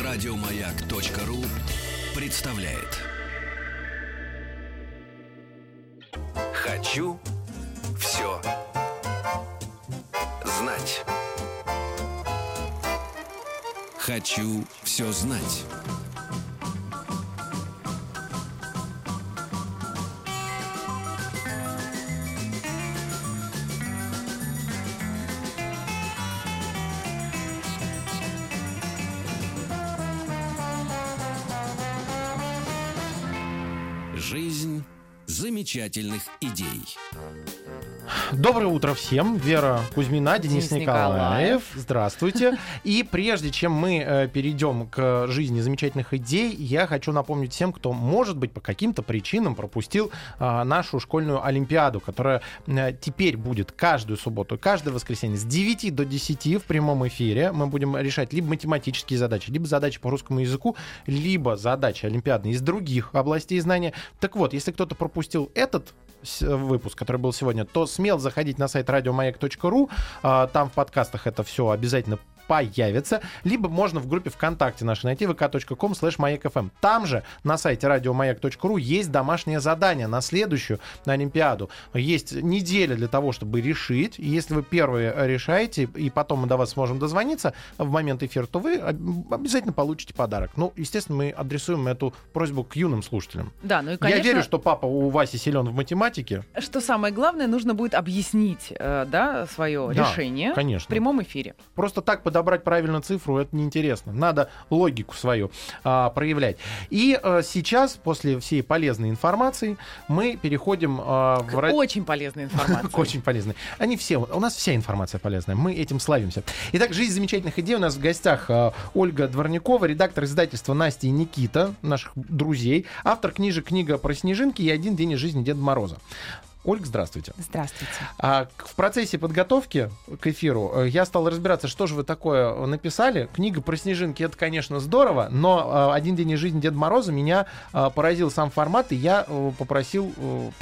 Радиомаяк.ру представляет. Хочу все знать. Хочу все знать. Жизнь замечательных идей. Доброе утро всем. Вера Кузьмина, Денис Николаев. Здравствуйте. И прежде чем мы перейдем к жизни замечательных идей, я хочу напомнить всем, кто, может быть, по каким-то причинам пропустил нашу школьную олимпиаду, которая теперь будет каждую субботу, каждое воскресенье с 9 до 10 в прямом эфире. Мы будем решать либо математические задачи, либо задачи по русскому языку, либо задачи олимпиадные из других областей знания. Так вот, если кто-то пропустил этот выпуск, который был сегодня, то смело заходить на сайт радиомаяк.ру. Там в подкастах это все обязательно появится. Либо можно в группе ВКонтакте нашей найти vk.com/mayak.fm. Там же на сайте радиомаяк.ру есть домашнее задание на следующую на Олимпиаду. Есть неделя для того, чтобы решить. И если вы первые решаете, и потом мы до вас сможем дозвониться в момент эфира, то вы обязательно получите подарок. Ну, естественно, мы адресуем эту просьбу к юным слушателям. Да, ну и, конечно, я верю, что папа у Васи силен в математике. Что самое главное, нужно будет объяснить свое решение, конечно, в прямом эфире. Просто так подобрать правильную цифру, это неинтересно. Надо логику свою проявлять. И сейчас, после всей полезной информации, мы переходим к очень полезной информации. К очень полезной. Они все, у нас вся информация полезная. Мы этим славимся. Итак, «Жизнь замечательных идей». У нас в гостях Ольга Дворнякова, редактор издательства «Настя и Никита», наших друзей, автор книжек «Книга про снежинки» и «1 день из жизни Деда Мороза». Ольга, здравствуйте. Здравствуйте. В процессе подготовки к эфиру я стал разбираться, что же вы такое написали. Книга про снежинки — это, конечно, здорово, но «1 день из жизни Деда Мороза» меня поразил сам формат, и я попросил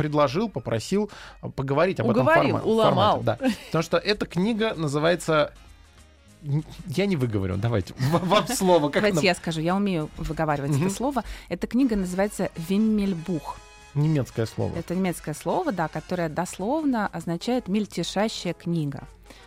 поговорить об этом формате. Уломал. Да. Потому что эта книга называется... Я не выговорю, давайте, вам слово. Давайте я скажу, я умею выговаривать это слово. Эта книга называется «Виммельбух». Немецкое слово. Это немецкое слово, да, которое дословно означает «мельтешащая книга».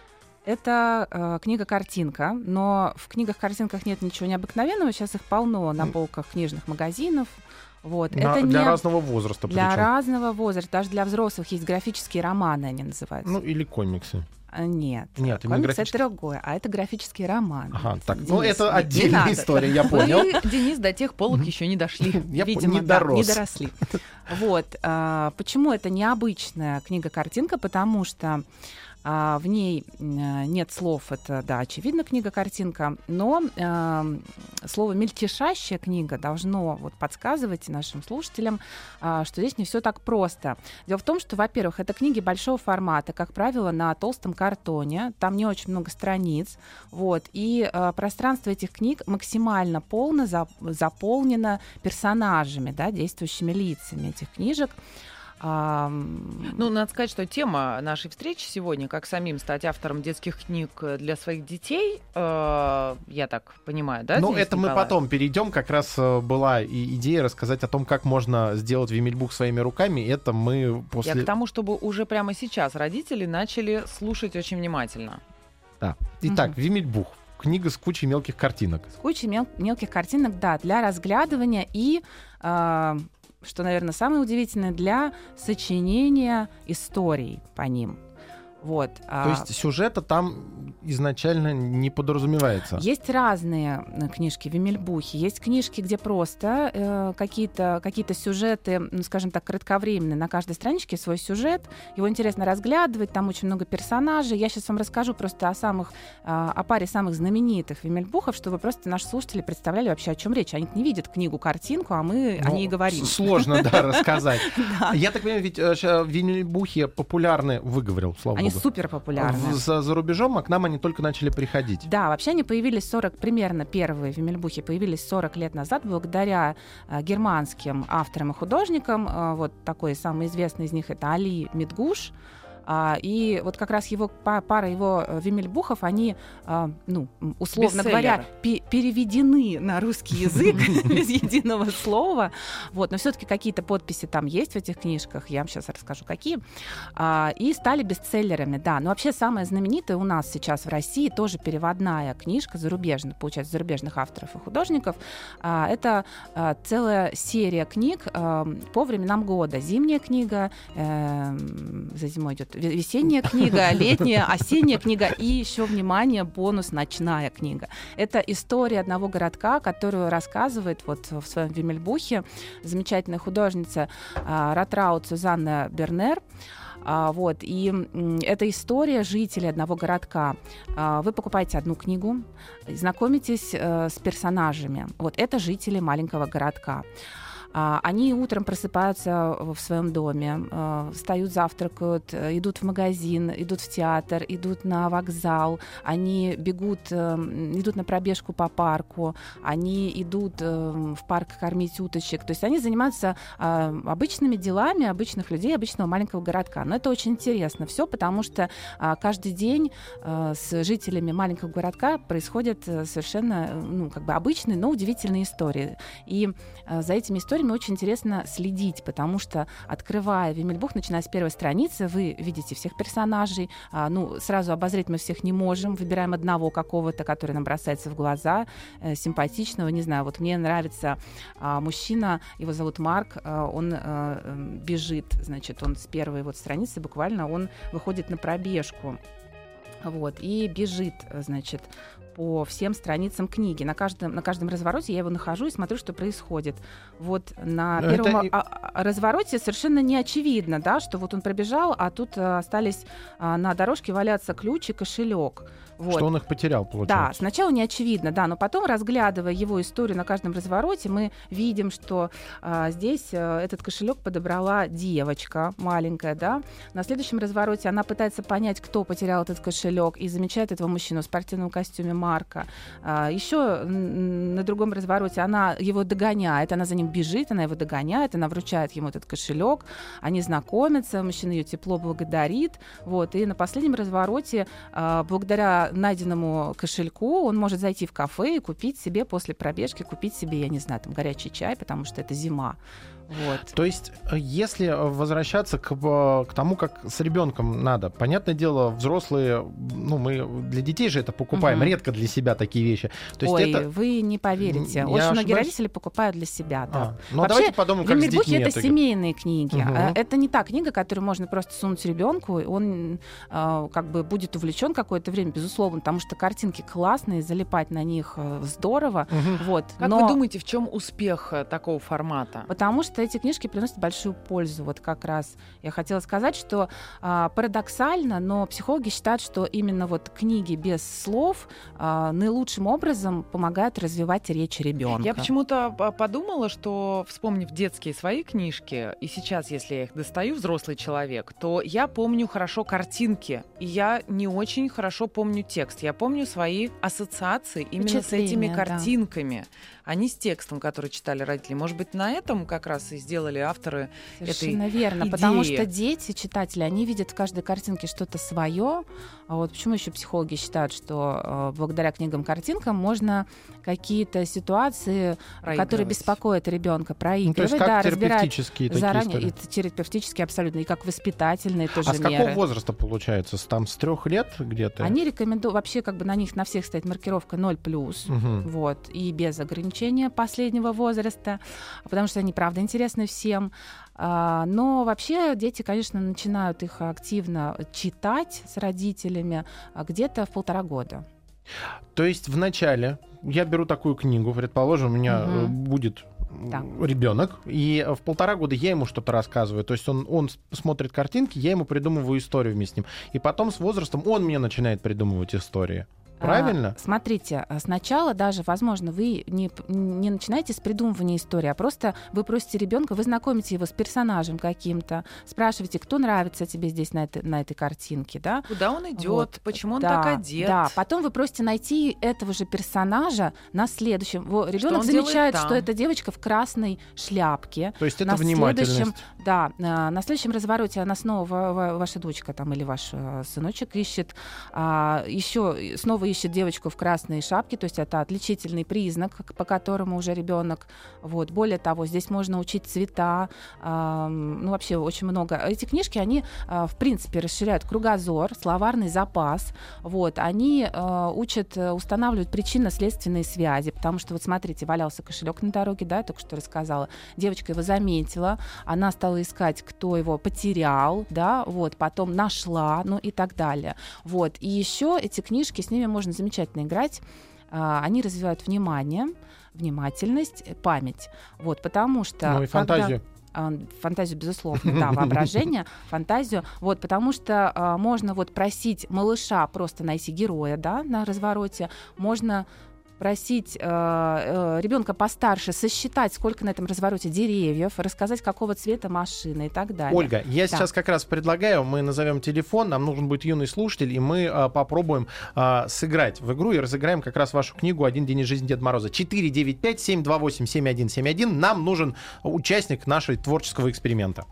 Это книга-картинка, но в книгах-картинках нет ничего необыкновенного. Сейчас их полно на полках книжных магазинов. Вот. Это для разного возраста. Для разного возраста. Даже для взрослых есть графические романы, они называются. Ну, или комиксы. Нет, комикс — это другое, а это графический роман. Ага, так, Денис, это отдельная история, я понял. Вы, Денис, до тех полок еще не дошли. Видимо, не дорос. Не доросли. Вот. Почему это необычная книга-картинка? Потому что в ней нет слов, это, да, очевидно, книга-картинка, но слово «мельтешащая книга» должно подсказывать нашим слушателям, что здесь не все так просто. Дело в том, что, во-первых, это книги большого формата, как правило, на толстом картоне, там не очень много страниц, и пространство этих книг максимально полно заполнено персонажами, да, действующими лицами этих книжек. Ну, надо сказать, что тема нашей встречи сегодня, как самим стать автором детских книг для своих детей, я так понимаю, да? Ну, это мы потом перейдем. Как раз была и идея рассказать о том, как можно сделать Виммельбух своими руками. Это мы после... Я к тому, чтобы уже прямо сейчас родители начали слушать очень внимательно. Да. Итак, Виммельбух. Книга с кучей мелких картинок. С кучей мелких картинок, да, для разглядывания и... что, наверное, самое удивительное, для сочинения историй по ним. То есть сюжета там изначально не подразумевается? Есть разные книжки, виммельбухи. Есть книжки, где просто какие-то сюжеты, скажем так, кратковременные. На каждой страничке свой сюжет. Его интересно разглядывать. Там очень много персонажей. Я сейчас вам расскажу просто о паре самых знаменитых виммельбухов, чтобы просто наши слушатели представляли вообще, о чем речь. Они не видят книгу-картинку, а мы о ней говорим. Сложно, да, рассказать. Я так понимаю, ведь виммельбухи популярны, выговорил, слава богу. Они супер популярны. За рубежом, а к нам они только начали приходить. Да, вообще они появились примерно первые виммельбухи появились 40 лет назад благодаря германским авторам и художникам. Вот такой самый известный из них — это Али Медгуш. И вот как раз его пара его Вимельбухов, они, условно говоря, переведены на русский язык без единого слова. Вот, но все-таки какие-то подписи там есть в этих книжках, я вам сейчас расскажу, какие. И стали бестселлерами, да. Но вообще самая знаменитая у нас сейчас в России тоже переводная книжка зарубежных, получается, зарубежных авторов и художников. Это целая серия книг по временам года. Зимняя книга, за зимой идет весенняя книга, летняя, осенняя книга и еще, внимание, бонус, ночная книга. Это история одного городка, которую рассказывает вот в своем Вимельбухе замечательная художница Ратраут Сюзанна Бернер. И это история жителей одного городка. Вы покупаете одну книгу, знакомитесь с персонажами. Вот это жители маленького городка. Они утром просыпаются в своем доме, встают, завтракают, идут в магазин, идут в театр, идут на вокзал, они бегут, идут на пробежку по парку, они идут в парк кормить уточек. То есть они занимаются обычными делами обычных людей, обычного маленького городка. Но это очень интересно все, потому что каждый день с жителями маленького городка происходят совершенно обычные, но удивительные истории. И за этими историями очень интересно следить, потому что, открывая Вимельбух, начиная с первой страницы, вы видите всех персонажей. Сразу обозреть мы всех не можем. Выбираем одного какого-то, который нам бросается в глаза, симпатичного. Не знаю, вот мне нравится мужчина, его зовут Марк, он бежит, значит, он с первой вот страницы буквально, он выходит на пробежку. И бежит, значит, по всем страницам книги. На каждом развороте я его нахожу и смотрю, что происходит. Вот на первом развороте совершенно не очевидно, да, что вот он пробежал, а тут остались на дорожке валяться ключ и кошелек. Вот. Что он их потерял, получается. Да, сначала не очевидно, да, но потом, разглядывая его историю на каждом развороте, мы видим, что здесь этот кошелек подобрала девочка маленькая, да. На следующем развороте она пытается понять, кто потерял этот кошелек, и замечает этого мужчину в спортивном костюме Марка. Еще на другом развороте она его догоняет, она за ним бежит, она его догоняет, она вручает ему этот кошелек, они знакомятся, мужчина ее тепло благодарит, и на последнем развороте, благодаря найденному кошельку, он может зайти в кафе и купить себе после пробежки, я не знаю, там горячий чай, потому что это зима. Вот. То есть, если возвращаться к тому, как с ребенком надо, понятное дело, взрослые, мы для детей же это покупаем, редко для себя такие вещи. То есть вы не поверите. Очень многие родители покупают для себя. Да. Вообще, давайте подумаем, как с детьми это семейные книги. Это не та книга, которую можно просто сунуть ребенку, и он будет увлечен какое-то время, безусловно, потому что картинки классные, залипать на них здорово. Как вы думаете, в чем успех такого формата? Потому что эти книжки приносят большую пользу. Вот как раз я хотела сказать, что парадоксально, но психологи считают, что именно книги без слов наилучшим образом помогают развивать речь ребенка. Я почему-то подумала, что, вспомнив детские свои книжки, и сейчас, если я их достаю, взрослый человек, то я помню хорошо картинки, и я не очень хорошо помню текст. Я помню свои ассоциации именно с этими картинками, а не с текстом, который читали родители. Может быть, на этом как раз и сделали авторы совершенно этой верно, идеи. Потому что дети, читатели, они видят в каждой картинке что-то свое. Почему еще психологи считают, что благодаря книгам-картинкам можно какие-то ситуации, которые беспокоят ребенка, проигрывать, то есть как терапевтические такие заранее, истории. И терапевтические абсолютно, и как воспитательные тоже меры. меры. А с какого возраста получается? С 3 лет где-то? Они рекомендуют, вообще на них на всех стоит маркировка 0+, и без ограничения последнего возраста, потому что они, правда, интересны всем. Но вообще дети, конечно, начинают их активно читать с родителями где-то в 1,5 года. То есть вначале я беру такую книгу, предположим, у меня будет ребенок, и в 1,5 года я ему что-то рассказываю. То есть он смотрит картинки, я ему придумываю историю вместе с ним. И потом с возрастом он мне начинает придумывать истории. Правильно? Смотрите, сначала даже, возможно, вы не начинаете с придумывания истории, а просто вы просите ребенка, вы знакомите его с персонажем каким-то, спрашиваете, кто нравится тебе здесь на этой картинке, да? Куда он идет, Вот. почему он Да, так одет. Да, потом вы просите найти этого же персонажа на следующем. Ребенок он делает замечает, там? что это девочка в красной шляпке. То есть это На внимательность. следующем, да, на следующем развороте она снова, ваша дочка там, или ваш сыночек ищет, еще снова ищет девочку в красной шапке, то есть это отличительный признак, по которому уже ребенок. Вот. Более того, здесь можно учить цвета, ну вообще очень много. Эти книжки, они в принципе расширяют кругозор, словарный запас. Вот. Они учат устанавливать причинно-следственные связи, потому что вот смотрите, валялся кошелек на дороге, да, я только что рассказала. Девочка его заметила, она стала искать, кто его потерял, да, вот, потом нашла, ну и так далее. Вот. И еще эти книжки, с ними можно замечательно играть. Они развивают внимание, внимательность, память. Вот, потому что... Ну и фантазию. Фантазию, безусловно, да, воображение, фантазию. Вот, потому что можно вот просить малыша просто найти героя, да, на развороте. Можно просить ребенка постарше сосчитать, сколько на этом развороте деревьев, рассказать, какого цвета машина и так далее. Ольга, я сейчас как раз предлагаю, мы назовем телефон, нам нужен будет юный слушатель, и мы попробуем сыграть в игру и разыграем как раз вашу книгу «Один день из жизни Деда Мороза». 495-728-7171. Нам нужен участник нашего творческого эксперимента.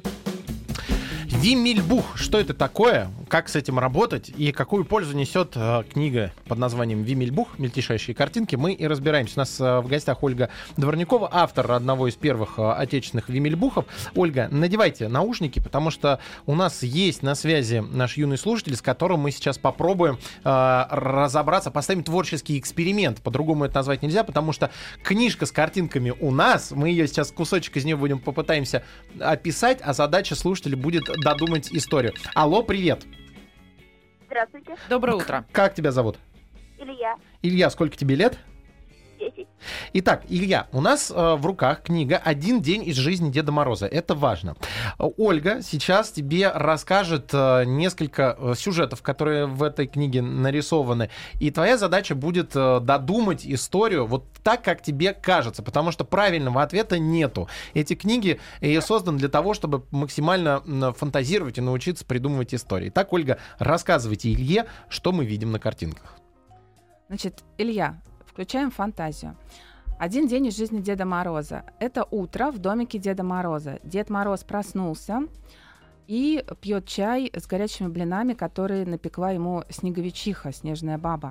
Вимельбух. Что это такое? Как с этим работать? И какую пользу несет книга под названием «Вимельбух. Мельтешащие картинки»? Мы и разбираемся. У нас в гостях Ольга Дворнякова, автор одного из первых отечественных Вимельбухов. Ольга, надевайте наушники, потому что у нас есть на связи наш юный слушатель, с которым мы сейчас попробуем разобраться, поставим творческий эксперимент. По-другому это назвать нельзя, потому что книжка с картинками у нас, мы ее сейчас, кусочек из нее попытаемся описать, а задача слушателя будет додумать историю. Алло, привет. Здравствуйте. Доброе утро. Как тебя зовут? Илья. Илья, сколько тебе лет? 10. Итак, Илья, у нас в руках книга «Один день из жизни Деда Мороза». Это важно. Ольга сейчас тебе расскажет несколько сюжетов, которые в этой книге нарисованы. И твоя задача будет додумать историю вот так, как тебе кажется. Потому что правильного ответа нету. Эти книги созданы для того, чтобы максимально фантазировать и научиться придумывать истории. Так, Ольга, рассказывайте Илье, что мы видим на картинках. Значит, Илья, включаем фантазию. Один день из жизни Деда Мороза. Это утро в домике Деда Мороза. Дед Мороз проснулся и пьет чай с горячими блинами, которые напекла ему снеговичиха, снежная баба.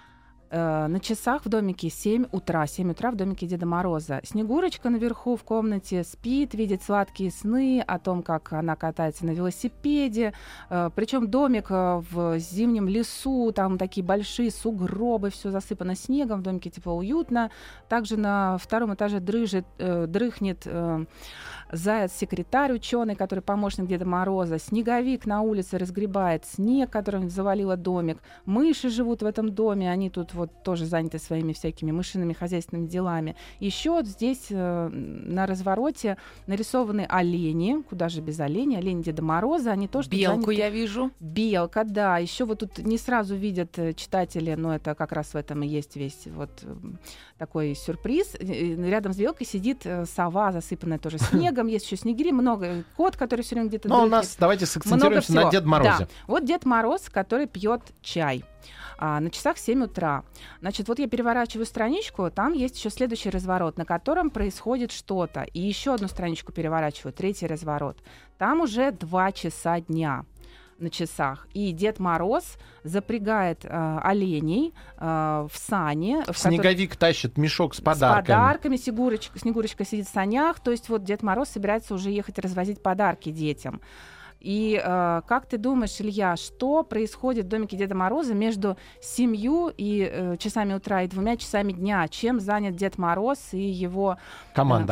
На часах в домике 7 утра в домике Деда Мороза. Снегурочка наверху в комнате спит, видит сладкие сны о том, как она катается на велосипеде. Причем домик в зимнем лесу, там такие большие сугробы, все засыпано снегом, в домике тепло, уютно. Также на втором этаже дрыхнет заяц-секретарь, ученый, который помощник Деда Мороза. Снеговик на улице разгребает снег, которым завалило домик. Мыши живут в этом доме, они тут вот тоже заняты своими всякими мышиными хозяйственными делами. Еще здесь на развороте нарисованы олени, куда же без оленей, олени Деда Мороза, они тоже Белку заняты... я вижу. Белка, да. Еще вот тут не сразу видят читатели, но это как раз в этом и есть весь вот такой сюрприз. Рядом с белкой сидит сова, засыпанная тоже снегом. Есть еще снегири, много. Кот, который все время где-то Но у дрыхнет. нас давайте сакцентируемся на Деда Морозе. Да. Вот Дед Мороз, который пьет чай. На часах 7 утра. Значит, вот я переворачиваю страничку, там есть еще следующий разворот, на котором происходит что-то. И еще одну страничку переворачиваю, третий разворот. Там уже 2 часа дня на часах. И Дед Мороз запрягает оленей в сани. Снеговик тащит мешок с подарками. С подарками. Снегурочка сидит в санях. То есть вот Дед Мороз собирается уже ехать развозить подарки детям. И как ты думаешь, Илья, что происходит в домике Деда Мороза между 7 и часами утра и 2 часами дня? Чем занят Дед Мороз и его команда?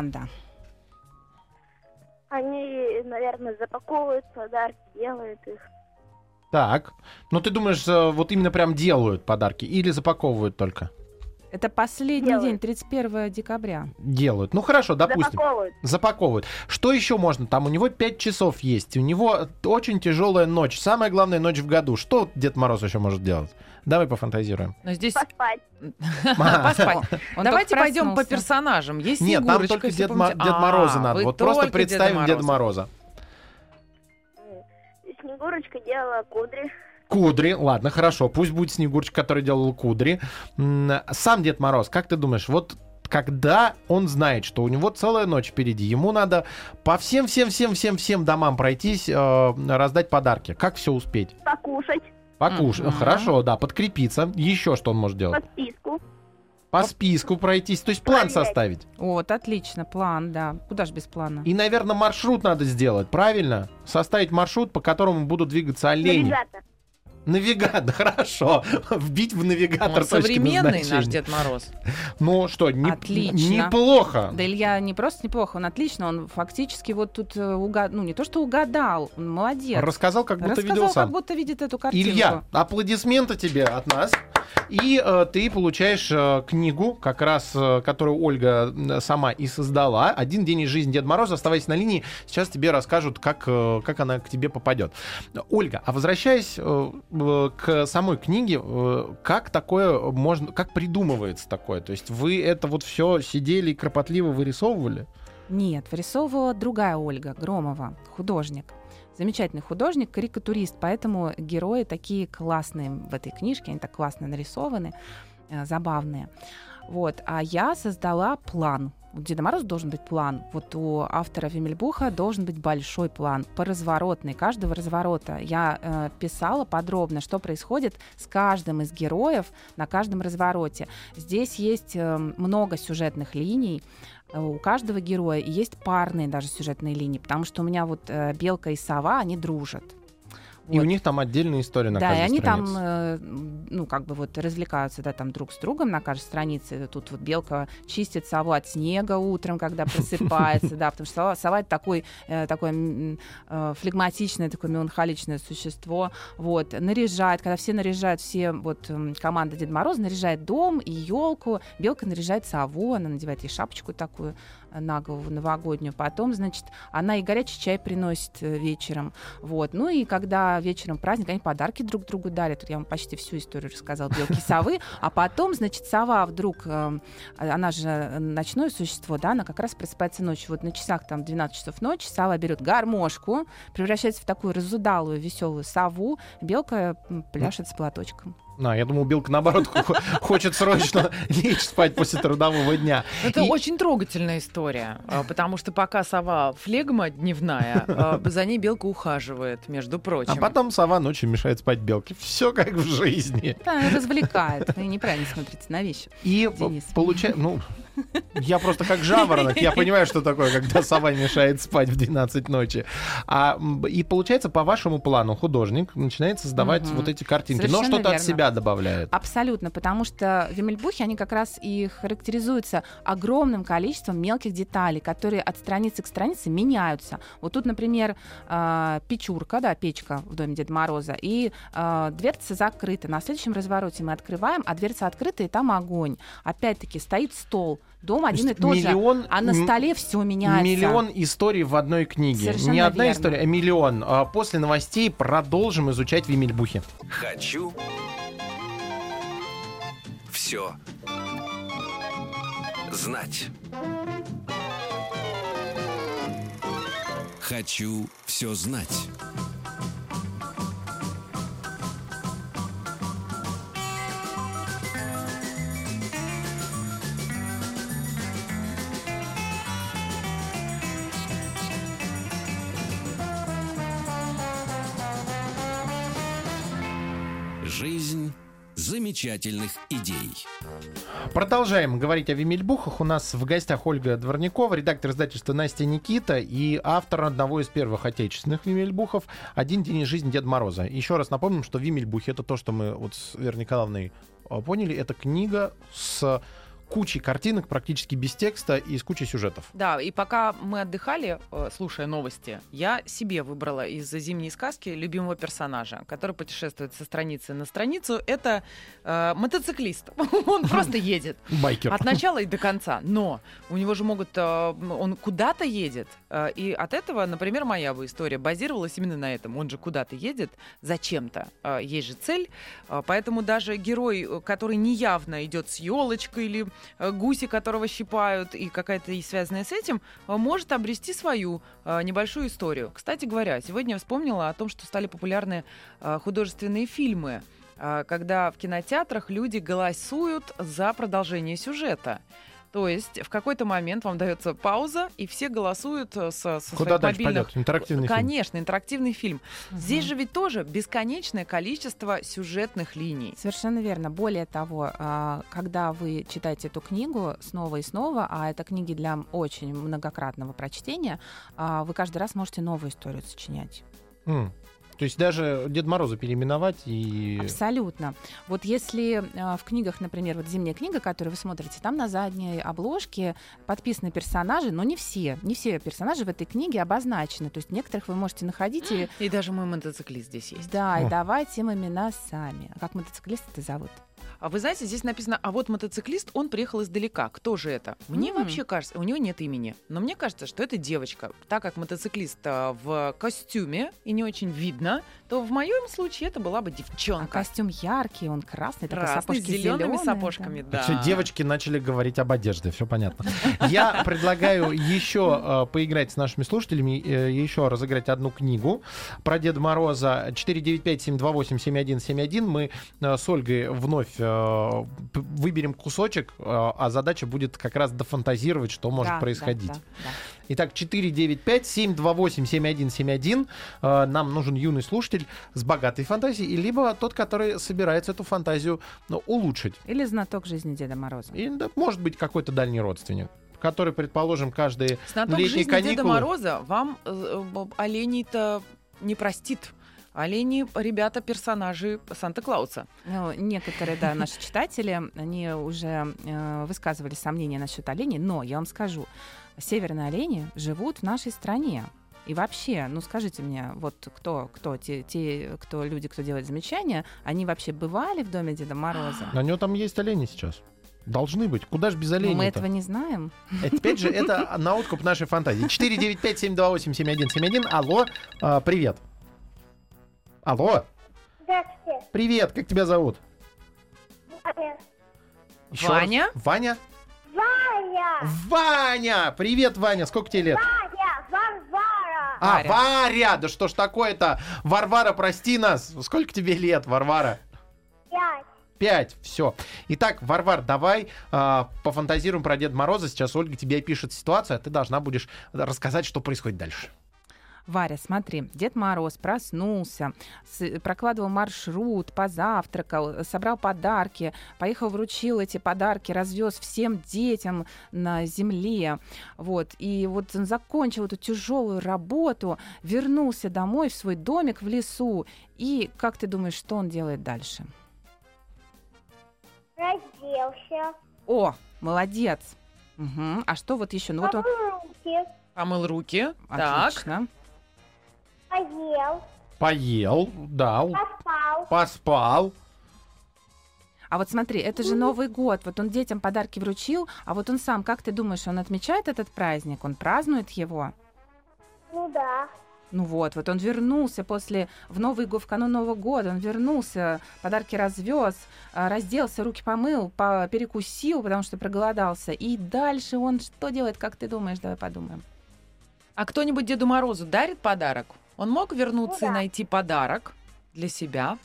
Они, наверное, запаковывают подарки, делают их. Так. Ну, ты думаешь, вот именно прям делают подарки или запаковывают только? Это последний Делают. день, 31 декабря. Делают. Ну хорошо, допустим. Запаковывают. Что еще можно? Там у него 5 часов есть. У него очень тяжелая ночь. Самая главная ночь в году. Что Дед Мороз еще может делать? Давай пофантазируем. Но здесь Поспать. поспать. Он Давайте только пойдем по проснулся. персонажам. Есть Нет, там Снегурочка, только если Дед помните. Мороза надо. Вы Вот просто только представим Деда Мороза. Снегурочка делала кудри. Кудри, ладно, хорошо. Пусть будет Снегурочка, которая делала кудри. Сам Дед Мороз, как ты думаешь, вот когда он знает, что у него целая ночь впереди, ему надо по всем домам пройтись, раздать подарки. Как все успеть? Покушать. Покушать. Хорошо, да, подкрепиться. Еще что он может делать? По списку. По списку пройтись, то есть план Проверять. составить. Вот, отлично, план, да. Куда ж без плана? И, наверное, маршрут надо сделать, правильно? Составить маршрут, по которому будут двигаться олени. Навигатор. Навигатор, хорошо. Вбить в навигатор Он точки современный назначения. наш Дед Мороз. Ну что, Отлично. неплохо. Да Илья не просто неплохо, он отлично, он фактически вот тут ну не то что угадал, он молодец. Рассказал, как будто видел Рассказал, сам. как будто видит эту картинку. Илья, аплодисменты тебе от нас. И ты получаешь книгу, как раз, которую Ольга сама и создала. «Один день из жизни Деда Мороза». Оставайся на линии. Сейчас тебе расскажут, как она к тебе попадет. Ольга, а возвращаясь к самой книге, как такое можно, как придумывается такое? То есть вы это вот все сидели и кропотливо вырисовывали? Нет, вырисовывала другая Ольга Громова, художник. Замечательный художник, карикатурист, поэтому герои такие классные в этой книжке, они так классно нарисованы, забавные. Вот. А я создала план. У Деда Мороза должен быть план. Вот у автора Вимельбуха должен быть большой план, поразворотный, каждого разворота. Я писала подробно, что происходит с каждым из героев на каждом развороте. Здесь есть много сюжетных линий. У каждого героя и есть парные даже сюжетные линии, потому что у меня вот Белка и Сова, они дружат. И у них там отдельная история на да, каждой и они странице. там, ну, как бы вот развлекаются, да, там друг с другом на каждой странице. Тут вот Белка чистит сову от снега утром, когда просыпается, да, потому что сова — это такое флегматичное, такое меланхоличное существо. Вот, наряжает, когда все наряжают, все вот команда Деда Мороза наряжает дом и елку, Белка наряжает сову, она надевает ей шапочку такую на голову новогоднюю. Потом, значит, она и горячий чай приносит вечером. Вот. Ну и когда вечером праздник, они подарки друг другу дали. Тут я вам почти всю историю рассказала Белки и совы. А потом, значит, сова вдруг, она же ночное существо, да, она как раз просыпается ночью. Вот на часах там 12 часов ночи сова берет гармошку, превращается в такую разудалую, веселую сову. Белка пляшет с платочком. Я думал, Белка, наоборот, хочет срочно лечь спать после трудового дня. Это очень трогательная история, потому что пока сова флегма дневная, за ней Белка ухаживает, между прочим. А потом сова ночью мешает спать Белке. Все как в жизни. Да, развлекает. Вы неправильно смотрите на вещи. И получается, я просто как жаворонок, я понимаю, что такое, когда сова мешает спать в 12 ночи. И получается, по вашему плану художник начинает создавать вот эти картинки, Совершенно но что-то верно. от себя добавляет. Абсолютно, потому что Вимельбухи, они как раз и характеризуются огромным количеством мелких деталей, которые от страницы к странице меняются. Вот тут, например, печурка, да, печка в доме Деда Мороза, и дверца закрыта. На следующем развороте мы открываем, а дверца открыта, и там огонь. Опять-таки стоит стол. Дом один и тот же, а на столе все меняется. Миллион историй в одной книге. Совершенно Не одна верно. история, а миллион. После новостей продолжим изучать Вимельбухи. Хочу все знать. Хочу все знать. Жизнь замечательных идей. Продолжаем говорить о Вимельбухах. У нас в гостях Ольга Дворнякова, редактор издательства Настя Никита и автор одного из первых отечественных Вимельбухов «Один день из жизни Деда Мороза». Еще раз напомним, что Вимельбухи — это то, что мы вот с Верой Николаевной поняли. Это книга с кучей картинок, практически без текста и с кучей сюжетов. Да, и пока мы отдыхали, слушая новости, я себе выбрала из «Зимней сказки» любимого персонажа, который путешествует со страницы на страницу. Это мотоциклист. Он просто едет. Байкер. От начала и до конца. Но у него же он куда-то едет. И от этого, например, моя бы история базировалась именно на этом. Он же куда-то едет зачем-то. Есть же цель. Поэтому даже герой, который неявно идет с елочкой или гуси, которого щипают, и какая-то и связанная с этим, может обрести свою небольшую историю. Кстати говоря, сегодня я вспомнила о том, что стали популярны художественные фильмы, когда в кинотеатрах люди голосуют за продолжение сюжета. То есть в какой-то момент вам дается пауза, и все голосуют со своих Куда дальше мобильных... пойдет? Интерактивный фильм. Конечно, интерактивный фильм. Здесь же ведь тоже бесконечное количество сюжетных линий. Совершенно верно. Более того, когда вы читаете эту книгу снова и снова, а это книги для очень многократного прочтения, вы каждый раз можете новую историю сочинять. То есть даже Деда Мороза переименовать и... Абсолютно. Вот если в книгах, например, вот «Зимняя книга», которую вы смотрите, там на задней обложке подписаны персонажи, но не все персонажи в этой книге обозначены. То есть некоторых вы можете находить и... И даже мой мотоциклист здесь есть. Да, и давать им имена сами. А как мотоциклиста зовут? А вы знаете, здесь написано, а вот мотоциклист, он приехал издалека. Кто же это? Мне вообще кажется, у него нет имени, но мне кажется, что это девочка. Так как мотоциклист в костюме и не очень видно, то в моем случае это была бы девчонка. А костюм яркий, он красный, красный, с зелеными сапожками, да. Все, девочки начали говорить об одежде, все понятно. Я предлагаю еще поиграть с нашими слушателями, еще разыграть одну книгу про Деда Мороза. 495-728-7171. Мы с Ольгой вновь выберем кусочек, а задача будет как раз дофантазировать, что может происходить. Да. Итак, 495-728-7171. Нам нужен юный слушатель с богатой фантазией, либо тот, который собирается эту фантазию улучшить. Или знаток жизни Деда Мороза. И, да, может быть, какой-то дальний родственник, который, предположим, каждые знаток летние жизни каникулы... Деда Мороза вам оленей-то не простит. Олени, ребята, персонажи Санта-Клауса. Ну, некоторые, да, наши читатели, они уже высказывали сомнения насчет оленей, но я вам скажу, северные олени живут в нашей стране. И вообще, ну скажите мне, вот кто люди, кто делает замечания, они вообще бывали в доме Деда Мороза? На него там есть олени сейчас. Должны быть. Куда же без оленей-то? Но мы этого не знаем. Опять же, это на откуп нашей фантазии. 495-728-7171. Алло, привет. Алло. Здравствуйте. Привет, как тебя зовут? Ваня. Еще Ваня? раз. Ваня? Ваня. Ваня! Привет, Ваня, сколько тебе лет? Ваня. Варвара. Варя. Варя! Да что ж такое-то? Варвара, прости нас. Сколько тебе лет, Варвара? 5. 5, все. Итак, Варвар, давай пофантазируем про Деда Мороза. Сейчас Ольга тебе опишет ситуацию, а ты должна будешь рассказать, что происходит дальше. Варя, смотри, Дед Мороз проснулся, прокладывал маршрут, позавтракал, собрал подарки, поехал, вручил эти подарки, развез всем детям на земле. Вот. И вот он закончил эту тяжелую работу, вернулся домой в свой домик в лесу. И как ты думаешь, что он делает дальше? Разделся. О, молодец! Угу. А что вот еще? Ну, вот он... Руки. Помыл руки. Так. Отлично. Поел. Поел, да, поспал. А вот смотри, это же Новый год. Вот он детям подарки вручил, а вот он сам, как ты думаешь, он отмечает этот праздник? Он празднует его? Ну да. Ну вот он вернулся в канун Нового года, он вернулся, подарки развез, разделся, руки помыл, перекусил, потому что проголодался. И дальше он что делает, как ты думаешь? Давай подумаем. А кто-нибудь Деду Морозу дарит подарок? Он мог вернуться Ну да. и найти подарок для себя?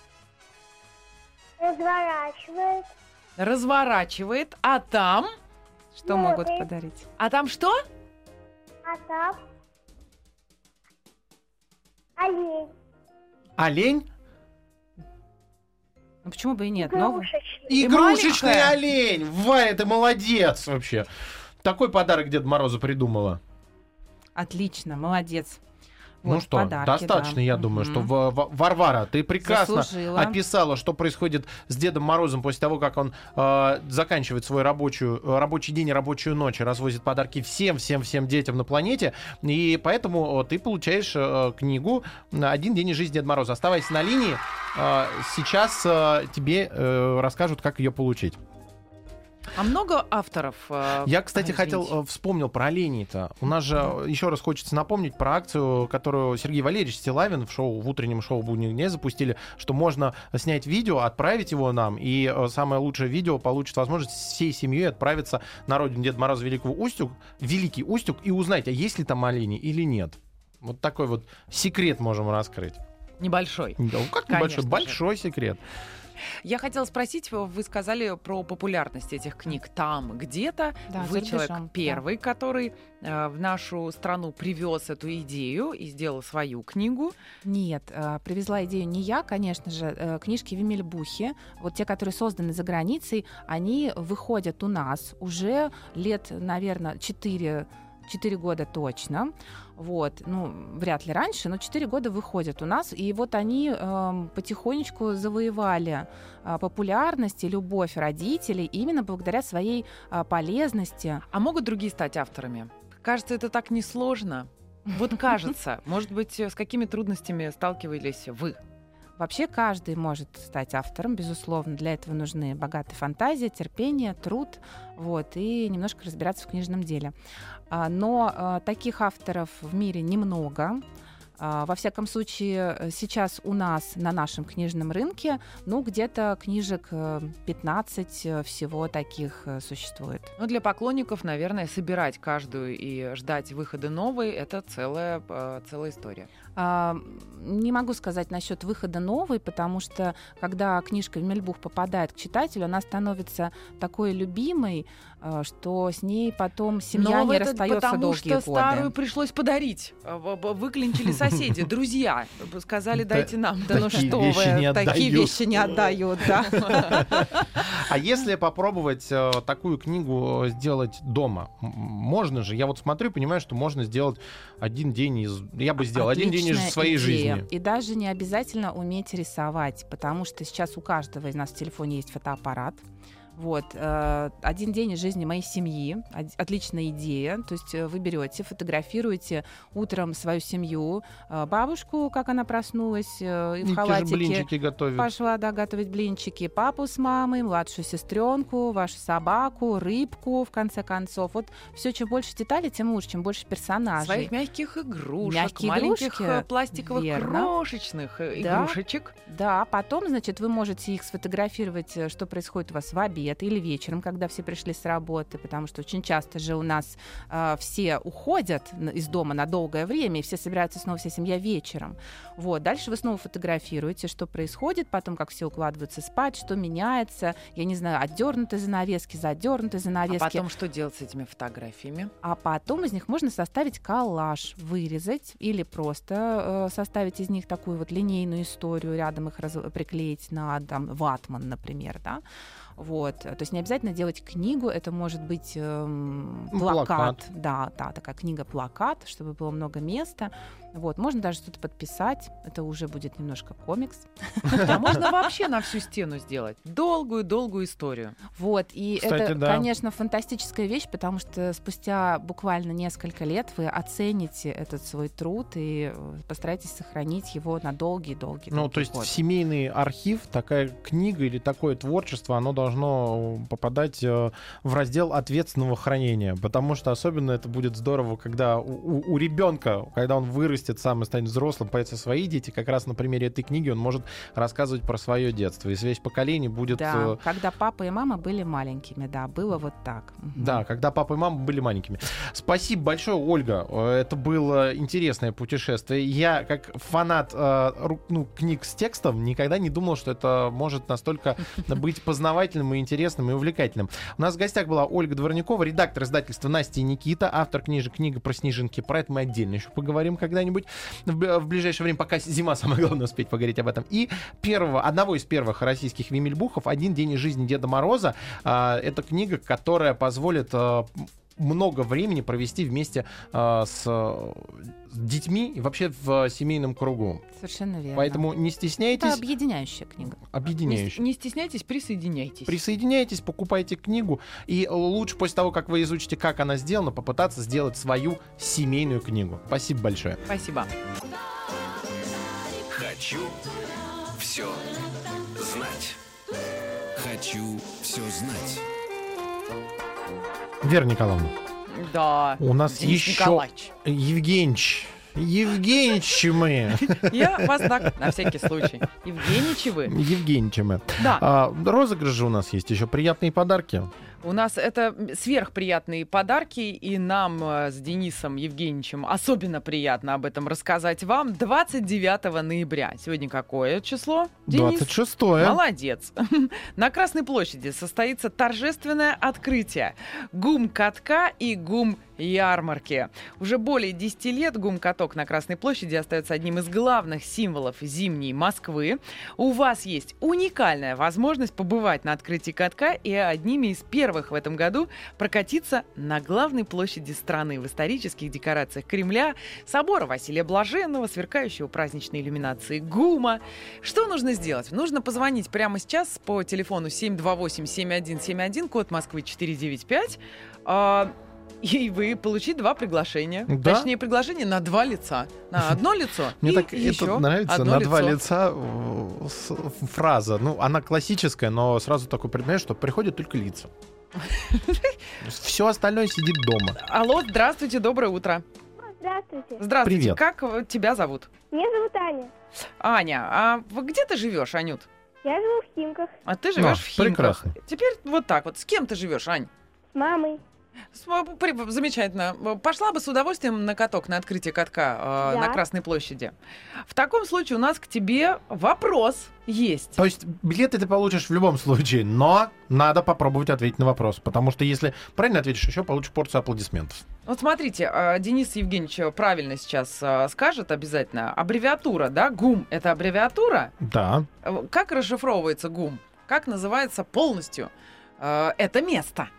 Разворачивает, а там? Что Ну, могут ты- подарить? А там что? А там олень. Олень? Ну почему бы и нет? Новый. Игрушечный. Игрушечный маленькая? олень! Варя, ты молодец вообще. Такой подарок Деда Морозу придумала. Отлично, молодец. Ну Вот, что, подарки, достаточно, да. я думаю, что Варвара, ты прекрасно Заслужила. описала, что происходит с Дедом Морозом после того, как он заканчивает свой рабочий день и рабочую ночь, и развозит подарки всем детям на планете. И поэтому ты получаешь книгу «Один день из жизни Деда Мороза». Оставайся на линии. Сейчас тебе расскажут, как ее получить. А много авторов? Я, кстати, вспомнил про оленей-то. У нас же, еще раз хочется напомнить про акцию, которую Сергей Валерьевич Стилавин в утреннем шоу «Будний день» запустили, что можно снять видео, отправить его нам, и самое лучшее видео получит возможность всей семьей отправиться на родину Деда Мороза Великий Устюг, и узнать, а есть ли там олени или нет. Вот такой вот секрет можем раскрыть. Небольшой. Да, как небольшой? Большой секрет. Я хотела спросить, вы сказали про популярность этих книг там где-то. Да, Вы за человек рубежом, первый, который в нашу страну привез эту идею и сделал свою книгу. Нет, привезла идею не я, конечно же. Книжки Вимельбухи, вот те, которые созданы за границей, они выходят у нас уже лет, наверное, 4 года точно. Вот, вряд ли раньше, но 4 года выходят у нас, и вот они потихонечку завоевали популярность и любовь родителей именно благодаря своей полезности. А могут другие стать авторами? Кажется, это так несложно. Вот кажется. Может быть, с какими трудностями сталкивались вы? Вообще каждый может стать автором, безусловно. Для этого нужны богатая фантазия, терпение, труд, и немножко разбираться в книжном деле. Но таких авторов в мире немного. Во всяком случае, сейчас у нас на нашем книжном рынке, где-то книжек 15 всего таких существует. Но для поклонников, наверное, собирать каждую и ждать выхода новой — это целая история. Не могу сказать насчет выхода новой, потому что когда книжка Вимельбух попадает к читателю, она становится такой любимой, что с ней потом семья не расстается долгие годы. Потому что старую пришлось подарить. Выклинчили соседи, друзья. Сказали, дайте нам. Да ну что вы, такие вещи не отдают. А если попробовать такую книгу сделать дома? Можно же? Я вот смотрю, понимаю, что можно сделать один день из... Я бы сделал один день из своей жизни. И даже не обязательно уметь рисовать, потому что сейчас у каждого из нас в телефоне есть фотоаппарат. Один день из жизни моей семьи. Отличная идея. То есть вы берете, фотографируете утром свою семью, бабушку, как она проснулась, и в халатике блинчики готовит. Пошла готовить блинчики. Папу с мамой, младшую сестренку, вашу собаку, рыбку, в конце концов. Все, чем больше деталей, тем лучше, чем больше персонажей. Своих мягких игрушек, маленьких пластиковых крошечных игрушечек. Да, потом, вы можете их сфотографировать, что происходит у вас в обед или вечером, когда все пришли с работы, потому что очень часто же у нас все уходят из дома на долгое время, и все собираются снова, вся семья вечером. Дальше вы снова фотографируете, что происходит, потом, как все укладываются спать, что меняется, я не знаю, отдернуты занавески, задернуты занавески. А потом что делать с этими фотографиями? А потом из них можно составить коллаж, вырезать или просто составить из них такую линейную историю, рядом их приклеить на ватман, например, да. То есть не обязательно делать книгу, это может быть плакат. Да, такая книга-плакат, чтобы было много места. Можно даже что-то подписать, это уже будет немножко комикс. А можно вообще на всю стену сделать долгую историю. И кстати, это, конечно, фантастическая вещь, потому что спустя буквально несколько лет вы оцените этот свой труд и постараетесь сохранить его на долгие-долгие годы. То есть в семейный архив такая книга или такое творчество, оно должно попадать в раздел ответственного хранения, потому что особенно это будет здорово, когда у ребенка, когда он вырастет сам и станет взрослым, появятся свои дети, как раз на примере этой книги он может рассказывать про свое детство, и связь поколений будет... Да, когда папа и мама были маленькими, было вот так. Да, когда папа и мама были маленькими. Спасибо большое, Ольга, это было интересное путешествие. Я, как фанат книг с текстом, никогда не думал, что это может настолько быть познавательным и интересным и увлекательным. У нас в гостях была Ольга Дворнякова, редактор издательства «Настя и Никита», автор «Книга про снежинки». Про это мы отдельно еще поговорим когда-нибудь в ближайшее время, пока зима, самое главное успеть поговорить об этом. И одного из первых российских Вимельбухов «Один день из жизни Деда Мороза». Это книга, которая позволит много времени провести вместе с детьми и вообще в семейном кругу. Совершенно верно. Поэтому не стесняйтесь. Это объединяющая книга. Объединяющая. Не стесняйтесь, присоединяйтесь. Присоединяйтесь, покупайте книгу, и лучше после того, как вы изучите, как она сделана, попытаться сделать свою семейную книгу. Спасибо большое. Спасибо. Хочу все знать. Хочу все знать. Вера Николаевна, Да. у нас Денис еще Николаевич. Евгеньевич мы. Я вас так, на всякий случай. Евгеньевич, вы. Евгеньевич мы. Да. Розыгрыш же у нас есть, еще приятные подарки. У нас это сверхприятные подарки, и нам с Денисом Евгеньевичем особенно приятно об этом рассказать вам. 29 ноября. Сегодня какое число, Денис? 26-е. Молодец. На Красной площади состоится торжественное открытие ГУМ-катка и ГУМ-ярмарки. Уже более 10 лет ГУМ-каток на Красной площади остается одним из главных символов зимней Москвы. У вас есть уникальная возможность побывать на открытии катка и одними из первых в этом году прокатиться на главной площади страны в исторических декорациях Кремля, собора Василия Блаженного, сверкающего праздничной иллюминации ГУМа. Что нужно сделать? Нужно позвонить прямо сейчас по телефону 728-7171, код Москвы 495, и вы получите 2 приглашения. Да? Точнее, приглашение на 2 лица. На одно лицо Мне и так еще это нравится, одно на лицо. 2 лица фраза. Ну, она классическая, но сразу такой предмет, что приходят только лица. Все остальное сидит дома. Алло, здравствуйте, доброе утро. Здравствуйте. Здравствуйте, Привет. как тебя зовут? Меня зовут Аня. Аня, а где ты живешь, Анют? Я живу в Химках А ты живешь в Химках. прекрасно. Теперь вот так вот. С кем ты живешь, Ань? с мамой. Замечательно. Пошла бы с удовольствием на каток, на открытие катка Да. на Красной площади. В таком случае у нас к тебе вопрос есть. То есть билеты ты получишь в любом случае, но надо попробовать ответить на вопрос. Потому что если правильно ответишь, еще получишь порцию аплодисментов. Вот смотрите, Денис Евгеньевич правильно сейчас скажет обязательно. Аббревиатура, да? ГУМ — это аббревиатура? Да. Как расшифровывается ГУМ? Как называется полностью это место?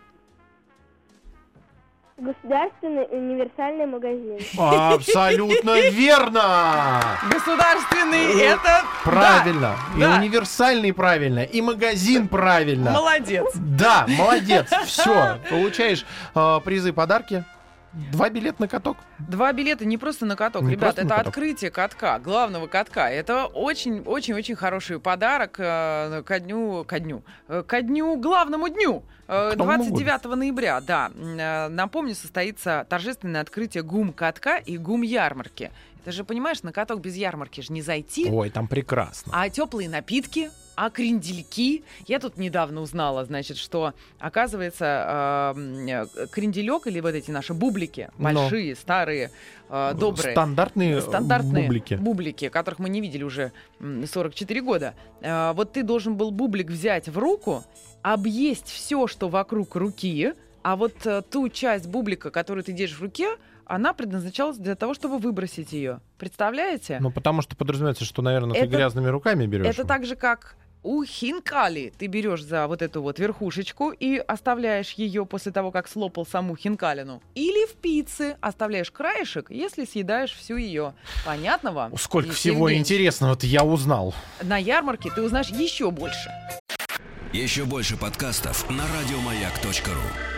Государственный универсальный магазин. Абсолютно верно! Государственный — это... Правильно. И Да. универсальный правильно, и магазин правильно. Молодец. Да, молодец. Все, получаешь призы, подарки. 2 билета на каток. 2 билета не просто на каток. Не Ребята, просто на это каток. открытие катка, главного катка. Это очень-очень-очень хороший подарок ко дню, главному дню. 29 ноября, да. Напомню, состоится торжественное открытие ГУМ-катка и ГУМ-ярмарки. Это же, понимаешь, на каток без ярмарки же не зайти. Ой, там прекрасно. А теплые напитки, а крендельки. Я тут недавно узнала, значит, что, оказывается, кренделек или вот эти наши бублики, большие, старые, добрые. Стандартные Стандартные бублики. которых мы не видели уже 44 года. Вот ты должен был бублик взять в руку, объесть все, что вокруг руки, а вот ту часть бублика, которую ты держишь в руке, она предназначалась для того, чтобы выбросить ее. Представляете? Ну, потому что подразумевается, что, наверное, ты Это- грязными руками берешь. Это так же, как у хинкали. Ты берешь за вот эту вот верхушечку и оставляешь ее после того, как слопал саму хинкалину. Или в пицце оставляешь краешек, если съедаешь всю ее. Понятно вам? Сколько Денис всего Евгеньевич? интересного-то я узнал. На ярмарке ты узнаешь еще больше. Еще больше подкастов на радиомаяк.ру.